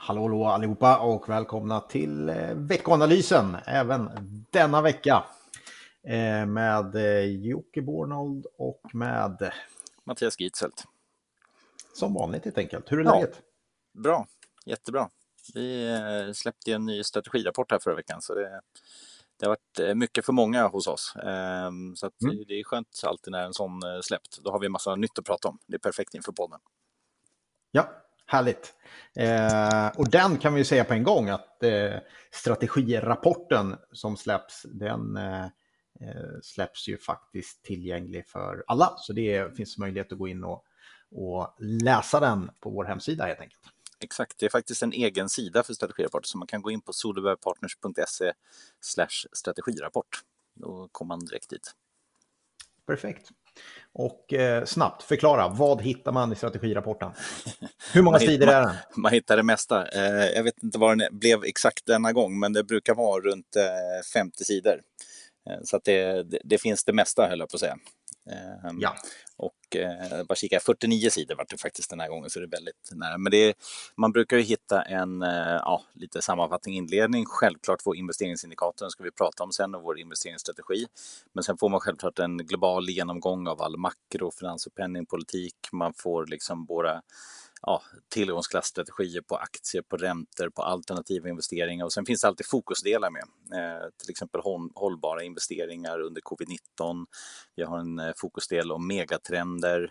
Hallå allihopa och välkomna till veckoanalysen även denna vecka med Jocke Bornold och med Mattias Gitzelt. Som vanligt helt enkelt. Hur är Ja, läget? bra, jättebra. Vi släppte en ny strategirapport här förra veckan så det har varit mycket för många hos oss. Så att det är skönt alltid när en sån släppt. Då har vi en massa nytt att prata om. Det är perfekt inför podden. Ja, härligt. Och den kan vi ju säga på en gång att strategirapporten som släpps, den släpps ju faktiskt tillgänglig för alla. Så det finns möjlighet att gå in och läsa den på vår hemsida helt enkelt. Exakt, det är faktiskt en egen sida för strategirapport så man kan gå in på soderbergpartners.se/strategirapport. Då kommer man direkt dit. Perfekt. Och snabbt förklara, vad hittar man i strategirapporten? Hur många sidor är den? Man hittar det mesta. Jag vet inte vad den blev exakt denna gång, men det brukar vara runt 50 sidor. Så att det finns det mesta, höll jag på att säga. Ja. Och bara kika, 49 sidor var det faktiskt den här gången, så det är väldigt nära. Men man brukar ju hitta en lite sammanfattning, inledning. Självklart vår investeringsindikator ska vi prata om sen och vår investeringsstrategi. Men sen får man självklart en global genomgång av all makro, finans och penningpolitik. Man får liksom våra tillgångsklassstrategier på aktier, på räntor, på alternativa investeringar och sen finns det alltid fokusdelar med. Till exempel hållbara investeringar under covid-19. Vi har en fokusdel om megatrender.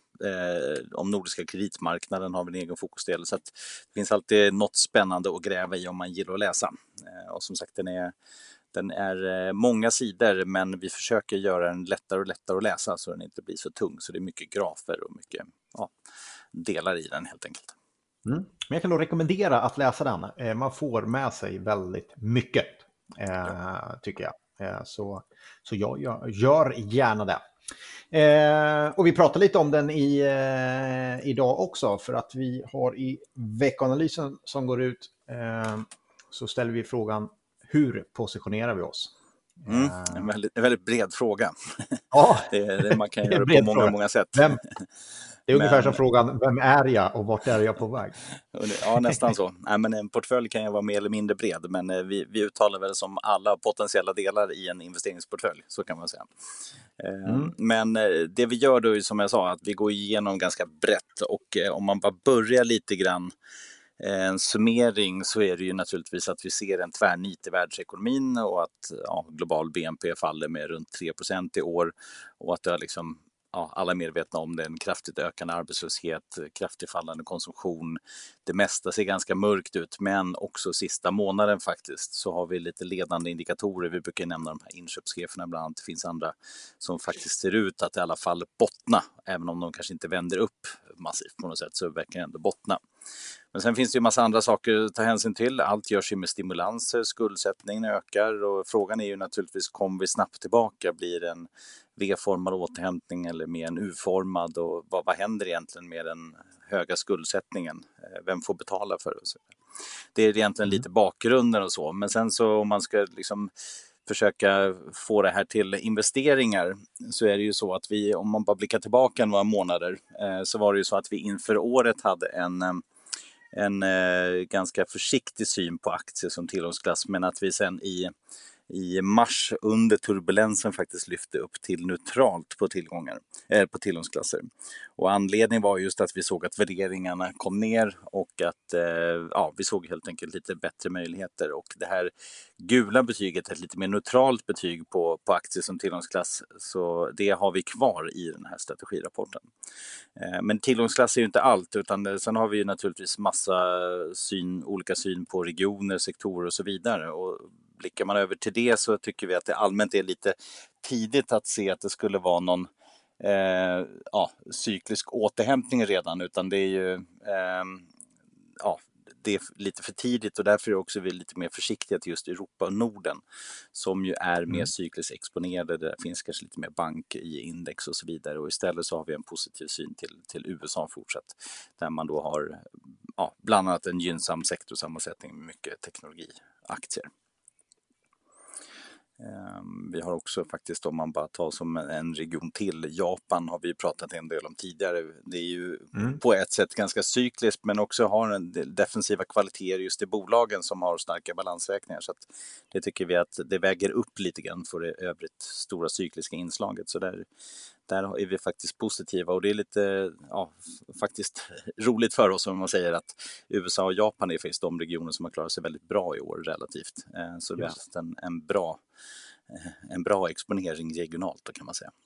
Om nordiska kreditmarknaden har vi en egen fokusdel. Så att det finns alltid något spännande att gräva i om man gillar att läsa. Och som sagt, den är många sidor, men vi försöker göra den lättare och lättare att läsa så den inte blir så tung. Så det är mycket grafer och mycket delar i den helt enkelt. Men jag kan då rekommendera att läsa den. Man får med sig väldigt mycket, tycker jag. Så jag gör gärna det. Och vi pratar lite om den idag också, för att vi har i veckoanalysen som går ut så ställer vi frågan: hur positionerar vi oss? En väldigt bred fråga. Ja, man kan göra det på många sätt. Det är ungefär som frågan, vem är jag och vart är jag på väg? Ja, nästan så. Men en portfölj kan ju vara mer eller mindre bred, men vi uttalar väl som alla potentiella delar i en investeringsportfölj, så kan man säga. Men det vi gör då är, som jag sa, att vi går igenom ganska brett, och om man bara börjar lite grann en summering, så är det ju naturligtvis att vi ser en tvärnit i världsekonomin och att global BNP faller med runt 3% i år, och att det har alla är medvetna om det, en kraftigt ökande arbetslöshet, kraftigt fallande konsumtion. Det mesta ser ganska mörkt ut, men också sista månaden faktiskt så har vi lite ledande indikatorer. Vi brukar nämna de här inköpscheferna bland annat. Det finns andra som faktiskt ser ut att i alla fall bottna, även om de kanske inte vänder upp massivt på något sätt, så verkar det ändå bottna. Men sen finns det ju massa andra saker att ta hänsyn till. Allt görs ju med stimulanser, skuldsättningen ökar, och frågan är ju naturligtvis, kommer vi snabbt tillbaka? Blir det en V-formad återhämtning eller mer en U-formad? Och vad händer egentligen med den höga skuldsättningen? Vem får betala för det? Det är egentligen lite bakgrunden och så. Men sen så om man ska försöka få det här till investeringar, så är det ju så att om man bara blickar tillbaka några månader, så var det ju så att vi inför året hade en ganska försiktig syn på aktier som tillgångsklass, men att vi sen i mars under turbulensen faktiskt lyfte upp till neutralt på tillgångsklasser. Och anledningen var just att vi såg att värderingarna kom ner och att vi såg helt enkelt lite bättre möjligheter. Och det här gula betyget, ett lite mer neutralt betyg på aktier som tillgångsklass, så det har vi kvar i den här strategirapporten. Men tillgångsklass är ju inte allt, utan sen har vi ju naturligtvis olika syn på regioner, sektorer och så vidare. Och blickar man över till det, så tycker vi att det allmänt är lite tidigt att se att det skulle vara någon cyklisk återhämtning redan, utan det är ju det är lite för tidigt, och därför är också vi lite mer försiktiga till just Europa och Norden, som ju är mer cykliskt exponerade. Där finns kanske lite mer bank i index och så vidare, och istället så har vi en positiv syn till USA fortsatt, där man då har bland annat en gynnsam sektorsammansättning med mycket teknologiaktier. Vi har också faktiskt, om man bara tar som en region till, Japan har vi pratat en del om tidigare. Det är ju på ett sätt ganska cykliskt, men också har en defensiva kvaliteter just i bolagen som har starka balansräkningar. Så att det tycker vi att det väger upp lite grann för det övrigt stora cykliska inslaget. Så där är vi faktiskt positiva, och det är lite faktiskt roligt för oss om man säger att USA och Japan är faktiskt de regioner som har klarat sig väldigt bra i år relativt. Så vi har haft en bra exponering regionalt då, kan man säga.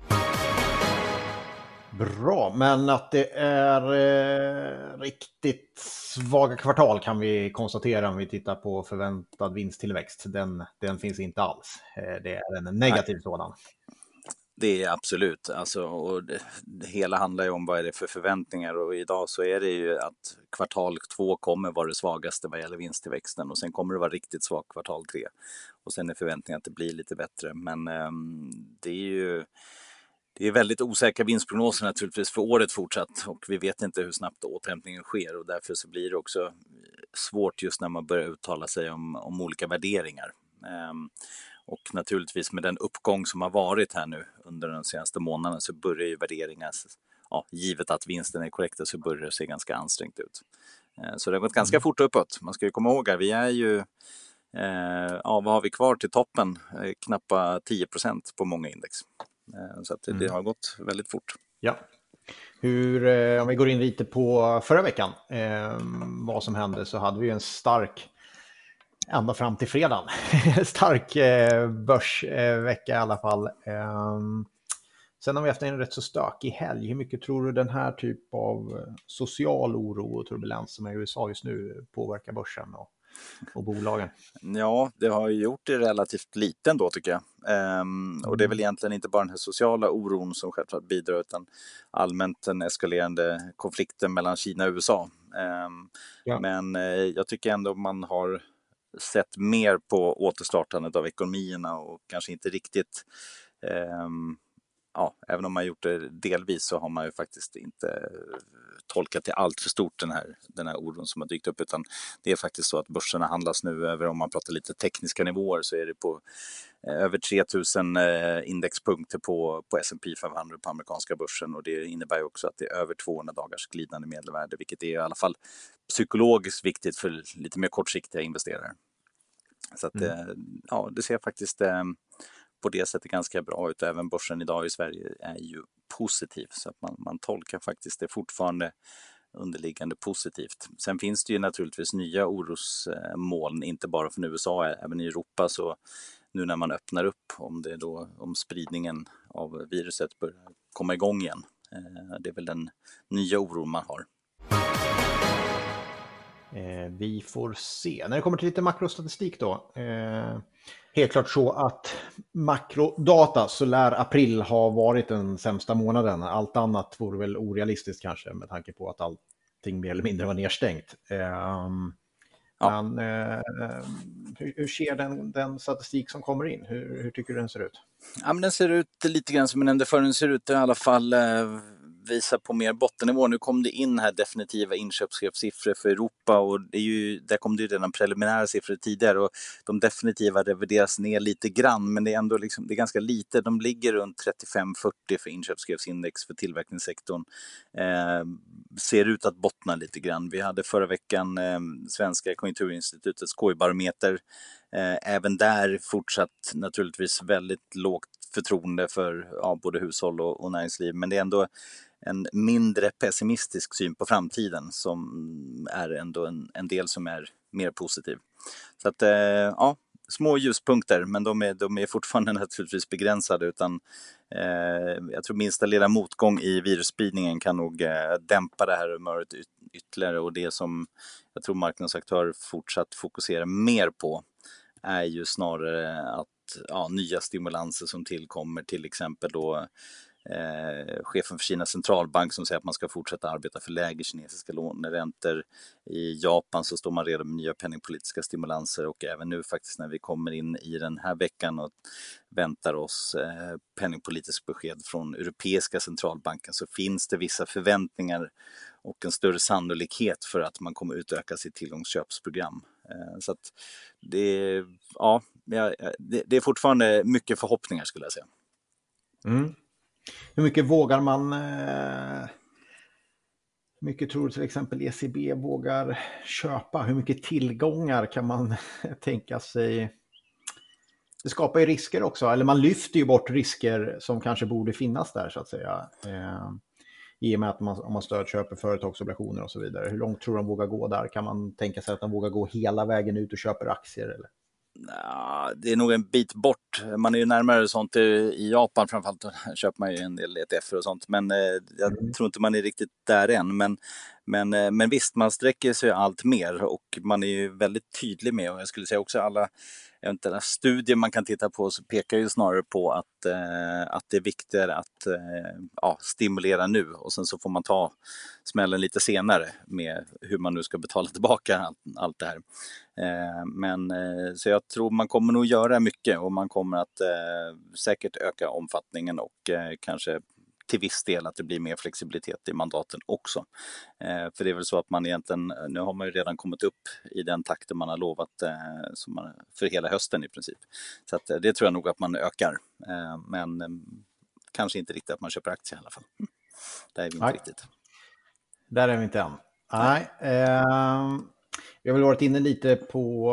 Bra, men att det är riktigt svaga kvartal kan vi konstatera om vi tittar på förväntad vinsttillväxt. Den finns inte alls. Det är en negativ sådan. Det är absolut, alltså, och det hela handlar ju om vad är det för förväntningar, och idag så är det ju att kvartal 2 kommer vara det svagaste vad gäller vinsttillväxten, och sen kommer det vara riktigt svagt kvartal 3, och sen är förväntningen att det blir lite bättre, men det är väldigt osäkra vinstprognoser naturligtvis för året fortsatt, och vi vet inte hur snabbt återhämtningen sker, och därför så blir det också svårt just när man börjar uttala sig om olika värderingar. Och naturligtvis med den uppgång som har varit här nu under den senaste månaden så börjar ju värderingar, givet att vinsten är korrekt, så börjar det se ganska ansträngt ut. Så det har gått ganska fort uppåt. Man ska ju komma ihåg att vi är ju, vad har vi kvar till toppen? Knappa 10% på många index. Så att det har gått väldigt fort. Ja. Om vi går in lite på förra veckan, vad som hände, så hade vi en stark ända fram till fredagen. Stark börsvecka i alla fall. Sen har vi haft en rätt så stökig helg. Hur mycket tror du den här typ av social oro och turbulens som är i USA just nu påverkar börsen och bolagen? Ja, det har ju gjort det relativt liten då, tycker jag. Och det är väl egentligen inte bara den här sociala oron som självklart bidrar, utan allmänt den eskalerande konflikten mellan Kina och USA. Men jag tycker ändå man har sett mer på återstartandet av ekonomierna, och kanske inte riktigt, även om man gjort det delvis, så har man ju faktiskt inte tolkat det allt för stort, den här oron som har dykt upp, utan det är faktiskt så att börserna handlas nu över, om man pratar lite tekniska nivåer, så är det på över 3000 indexpunkter på S&P 500 på amerikanska börsen, och det innebär också att det är över 200 dagars glidande medelvärde, vilket är i alla fall psykologiskt viktigt för lite mer kortsiktiga investerare. Så att det ser faktiskt på det sättet ganska bra ut. Även börsen idag i Sverige är ju positiv, så att man tolkar faktiskt det fortfarande underliggande positivt. Sen finns det ju naturligtvis nya orosmoln, inte bara från USA, även i Europa. Så nu när man öppnar upp, om spridningen av viruset börjar komma igång igen, det är väl den nya oron man har. Vi får se. När det kommer till lite makrostatistik då. Helt klart så att makrodata, så lär april ha varit den sämsta månaden. Allt annat vore väl orealistiskt kanske, med tanke på att allting mer eller mindre var nedstängt. Men hur ser den statistik som kommer in? Hur tycker du den ser ut? Ja, men den ser ut lite grann som jag nämnde förr. Den ser ut i alla fall visa på mer bottennivå. Nu kom det in här definitiva inköpschefssiffror för Europa, och där kom det ju redan preliminära siffror tidigare, och de definitiva revideras ner lite grann, men det är ändå det är ganska lite. De ligger runt 35-40 för inköpschefsindex för tillverkningssektorn. Ser ut att bottna lite grann. Vi hade förra veckan Svenska konjunkturinstitutets KI-barometer. Även där fortsatt naturligtvis väldigt lågt förtroende för både hushåll och näringsliv, men det är ändå en mindre pessimistisk syn på framtiden som är ändå en del som är mer positiv. Så att små ljuspunkter, men de är fortfarande naturligtvis begränsade, utan jag tror minsta lilla motgång i virusspridningen kan nog dämpa det här humöret ytterligare, och det som jag tror marknadsaktörer fortsatt fokuserar mer på är ju snarare att nya stimulanser som tillkommer, till exempel då chefen för Kinas centralbank som säger att man ska fortsätta arbeta för lägre kinesiska låneräntor. I Japan så står man redan med nya penningpolitiska stimulanser, och även nu faktiskt när vi kommer in i den här veckan och väntar oss penningpolitiskt besked från Europeiska centralbanken, så finns det vissa förväntningar och en större sannolikhet för att man kommer utöka sitt tillgångsköpsprogram. Så att det är fortfarande mycket förhoppningar skulle jag säga. Mm. Hur mycket vågar man... Hur mycket tror du till exempel ECB vågar köpa? Hur mycket tillgångar kan man tänka sig? Det skapar ju risker också, eller man lyfter ju bort risker som kanske borde finnas där så att säga. I och med att om man stödköper företagsobligationer och så vidare. Hur långt tror de vågar gå där? Kan man tänka sig att de vågar gå hela vägen ut och köper aktier? Eller? Ja, det är nog en bit bort. Man är ju närmare sånt i Japan framförallt. Då köper man ju en del ETF och sånt. Men jag tror inte man är riktigt där än. Men visst, man sträcker sig allt mer och man är ju väldigt tydlig med, och jag skulle säga också alla eventuella studier man kan titta på så pekar ju snarare på att det är viktigare att stimulera nu och sen så får man ta smällen lite senare med hur man nu ska betala tillbaka allt det här. Så jag tror man kommer nog göra mycket och man kommer att säkert öka omfattningen och kanske till viss del att det blir mer flexibilitet i mandaten också. För det är väl så att man egentligen, nu har man ju redan kommit upp i den takten man har lovat för hela hösten i princip. Så att, det tror jag nog att man ökar. Men kanske inte riktigt att man köper aktier i alla fall. Där är vi inte riktigt. Där är vi inte än. Nej. Vi har väl varit inne lite på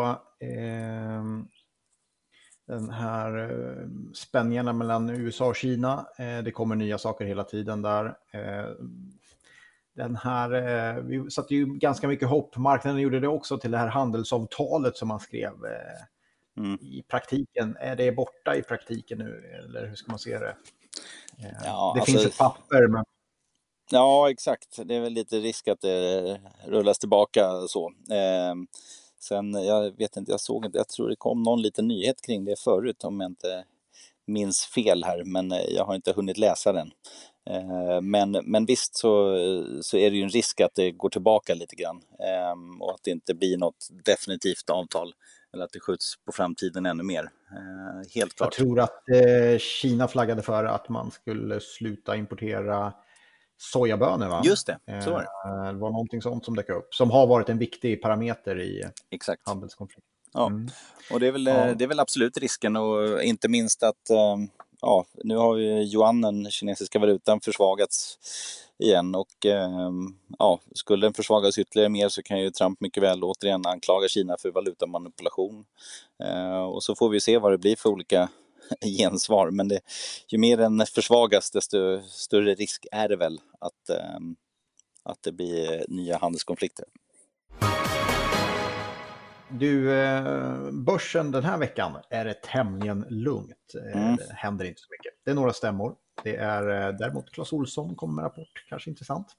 den här spänningarna mellan USA och Kina. Det kommer nya saker hela tiden där. Den här, vi satte ju ganska mycket hopp, marknaden gjorde det också, till det här handelsavtalet som man skrev. I praktiken, är det borta i praktiken nu eller hur ska man se det? Det finns ett papper men... Ja, exakt. Det är väl lite risk att det rullas tillbaka så. Sen, jag vet inte, jag tror det kom någon liten nyhet kring det förut om jag inte minns fel här, men jag har inte hunnit läsa den. Men visst så är det ju en risk att det går tillbaka lite grann och att det inte blir något definitivt avtal eller att det skjuts på framtiden ännu mer. Helt klart. Jag tror att Kina flaggade för att man skulle sluta importera sojabönor, va? Just det, så var det. Det var någonting sånt som dök upp, som har varit en viktig parameter i handelskonflikt. Ja, och det är väl absolut risken, och inte minst att nu har ju yuanen, kinesiska valutan, försvagats igen och skulle den försvagas ytterligare mer så kan ju Trump mycket väl återigen anklaga Kina för valutamanipulation. Och så får vi se vad det blir för olika gensvar, men ju mer den försvagas desto större risk är det väl att det blir nya handelskonflikter. Du, börsen den här veckan är det tämligen lugnt. Det händer inte så mycket. Det är några stämmor. Det är däremot Clas Ohlson kommer med rapport, kanske intressant.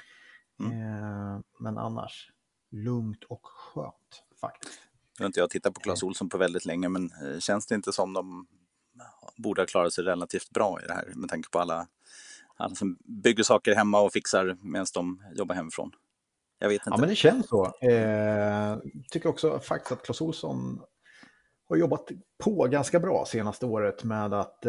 Men annars lugnt och skönt faktiskt. Jag har inte tittat på Clas Ohlson på väldigt länge, men känns det inte som de borde ha klarat sig relativt bra i det här med tanke på alla som bygger saker hemma och fixar medan de jobbar hemifrån? Jag vet inte. Ja, men det känns så. Tycker också faktiskt att Clas Ohlson har jobbat på ganska bra senaste året med att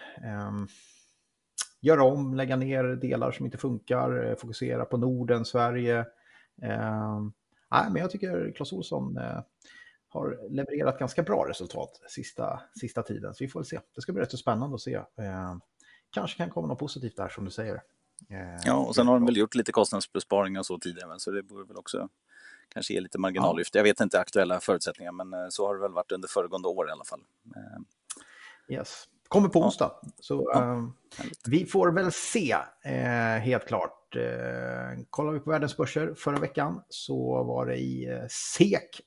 göra om, lägga ner delar som inte funkar, fokusera på Norden, Sverige. Men jag tycker Clas Ohlson har levererat ganska bra resultat sista tiden. Så vi får väl se. Det ska bli rätt så spännande att se. Kanske kan komma något positivt där som du säger. Ja, och sen har de väl gjort lite kostnadsbesparingar så tidigare, så det borde väl också kanske ge lite marginallyft. Jag vet inte aktuella förutsättningar, men så har det väl varit under föregående år i alla fall. Yes. Kommer på onsdag. Så vi får väl se, helt klart. Kollar vi på världens börser förra veckan så var det i SEK.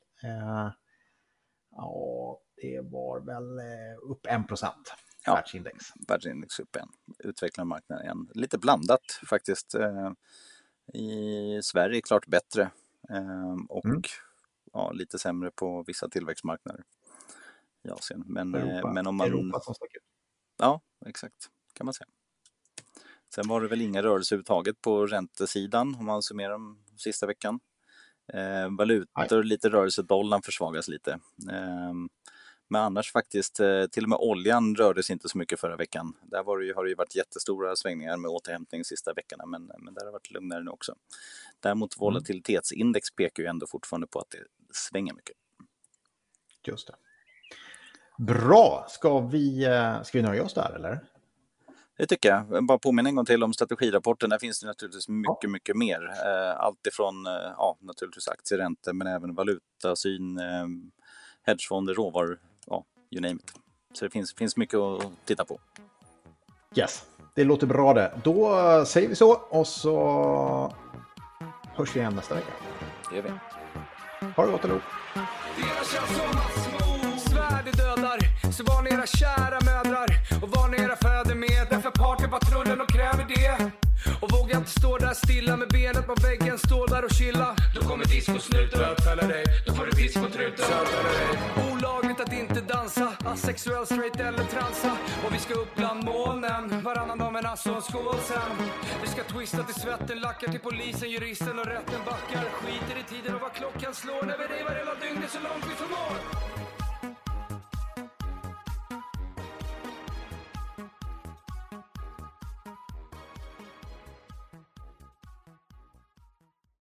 Det var väl upp 1%. Världsindex upp en. Utvecklar marknaden igen. Lite blandat faktiskt. I Sverige klart bättre. Och lite sämre på vissa tillväxtmarknader i Asien. Men om man... Europa som stack ut. Ja, exakt. Kan man säga. Sen var det väl inga rörelser överhuvudtaget på räntesidan om man summerar de sista veckan. Valutor, lite rörelse, dollarn försvagas lite. Men annars faktiskt, till och med oljan rördes inte så mycket förra veckan. Där har det ju varit jättestora svängningar med återhämtning sista veckorna, men där har det varit lugnare nu också. Däremot volatilitetsindex pekar ju ändå fortfarande på att det svänger mycket. Just det. Bra, ska vi nöja oss där eller? Det tycker jag. Bara påminna en gång till om strategirapporten. Där finns det naturligtvis mycket mer. Allt ifrån naturligtvis aktieräntor men även valutasyn, hedgefonder, råvaror, you name it. Så det finns mycket att titta på. Yes, det låter bra det. Då säger vi så och så hörs vi igen nästa vecka. Det gör vi. Ha det gott allihop. Svärd dödar, så var ni era kära mödrar och var ni era fäder med. Därför partypatrullen och kräver det. Och våga inte stå där stilla med benet på väggen, stå där och chilla. Då kommer discosnuten, bötfäller dig. Då får du discotruten, bötfäller dig. Olagligt att inte dansa, asexuell, straight eller transa. Och vi ska upp bland molnen, varannan dag med nass och en skål sen. Vi ska twista till svetten, lackar till polisen, juristen och rätten backar. Skiter i tiden och vad klockan slår när vi revar hela dygnet så långt vi förmår.